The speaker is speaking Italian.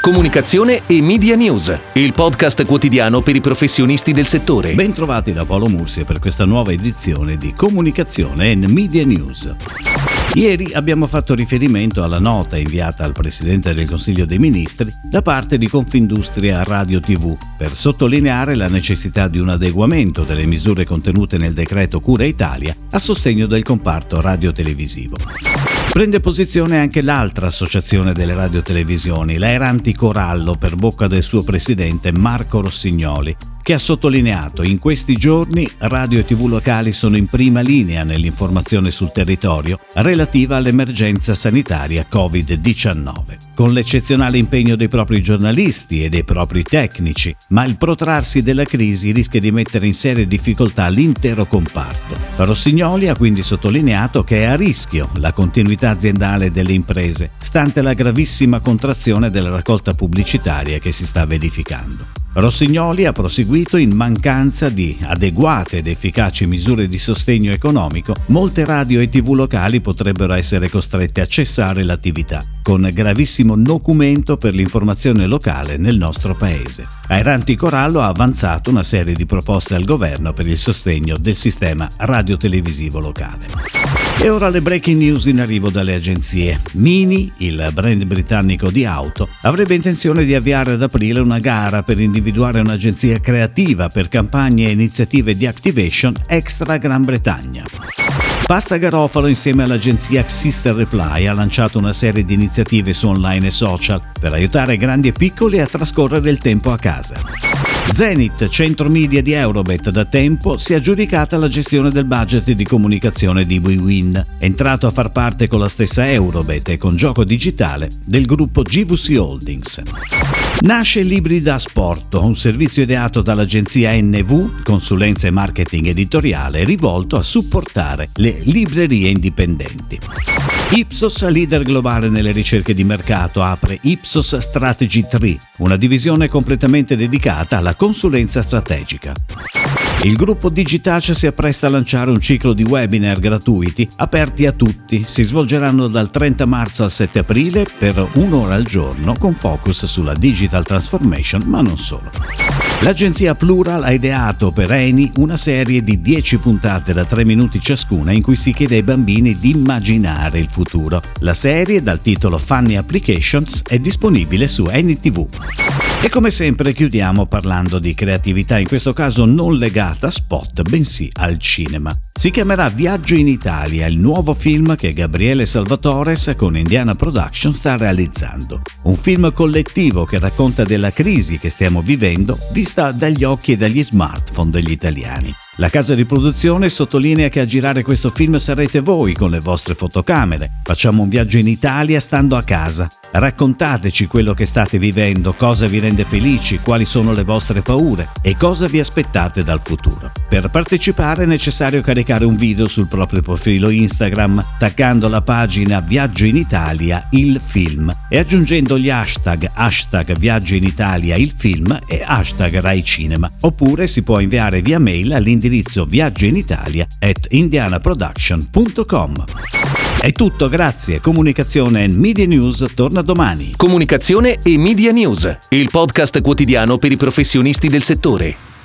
Comunicazione e Media News, il podcast quotidiano per i professionisti del settore. Ben trovati da Paolo Mursia per questa nuova edizione di Comunicazione e Media News. Ieri abbiamo fatto riferimento alla nota inviata al Presidente del Consiglio dei Ministri da parte di Confindustria Radio TV per sottolineare la necessità di un adeguamento delle misure contenute nel decreto Cura Italia a sostegno del comparto radiotelevisivo. Prende posizione anche l'altra associazione delle radiotelevisioni, la Erranti Corallo, per bocca del suo presidente Marco Rossignoli, che ha sottolineato: in questi giorni radio e TV locali sono in prima linea nell'informazione sul territorio relativa all'emergenza sanitaria Covid-19, con l'eccezionale impegno dei propri giornalisti e dei propri tecnici, ma il protrarsi della crisi rischia di mettere in serie difficoltà l'intero comparto. Rossignoli ha quindi sottolineato che è a rischio la continuità aziendale delle imprese, stante la gravissima contrazione della raccolta pubblicitaria che si sta verificando. Rossignoli ha proseguito: in mancanza di adeguate ed efficaci misure di sostegno economico, molte radio e TV locali potrebbero essere costrette a cessare l'attività, con gravissimo nocumento per l'informazione locale nel nostro paese. Erranti Corallo ha avanzato una serie di proposte al governo per il sostegno del sistema radiotelevisivo locale. E ora le breaking news in arrivo dalle agenzie. Mini, il brand britannico di auto, avrebbe intenzione di avviare ad aprile una gara per individuare un'agenzia creativa per campagne e iniziative di activation extra Gran Bretagna. Pasta Garofalo, insieme all'agenzia Sister Reply, ha lanciato una serie di iniziative su online e social per aiutare grandi e piccoli a trascorrere il tempo a casa. Zenith, centro media di Eurobet, da tempo si è aggiudicata la gestione del budget di comunicazione di WeWin, entrato a far parte con la stessa Eurobet e con gioco digitale del gruppo GVC Holdings. Nasce Libri da Sporto, un servizio ideato dall'agenzia NV, consulenza e marketing editoriale, rivolto a supportare le librerie indipendenti. Ipsos, leader globale nelle ricerche di mercato, apre Ipsos Strategy 3, una divisione completamente dedicata alla consulenza strategica. Il gruppo Digitace si appresta a lanciare un ciclo di webinar gratuiti aperti a tutti. Si svolgeranno dal 30 marzo al 7 aprile per un'ora al giorno, con focus sulla digital transformation, ma non solo. L'agenzia Plural ha ideato per Eni una serie di 10 puntate da 3 minuti ciascuna in cui si chiede ai bambini di immaginare il futuro. La serie, dal titolo Funny Applications, è disponibile su Eni TV. E come sempre chiudiamo parlando di creatività, in questo caso non legata a spot, bensì al cinema. Si chiamerà Viaggio in Italia, il nuovo film che Gabriele Salvatores con Indiana Production sta realizzando. Un film collettivo che racconta della crisi che stiamo vivendo vista dagli occhi e dagli smartphone degli italiani. La casa di produzione sottolinea che a girare questo film sarete voi con le vostre fotocamere. Facciamo un viaggio in Italia stando a casa. Raccontateci quello che state vivendo, cosa vi rende felici, quali sono le vostre paure e cosa vi aspettate dal futuro. Per partecipare è necessario caricare un video sul proprio profilo Instagram, taggando la pagina Viaggio in Italia il film e aggiungendo gli hashtag Viaggio in Italia il film e hashtag Rai Cinema. Oppure si può inviare via mail all'indirizzo viaggioinitalia@indianaproduction.com. È tutto, grazie. Comunicazione e Media News torna domani. Comunicazione e Media News, il podcast quotidiano per i professionisti del settore.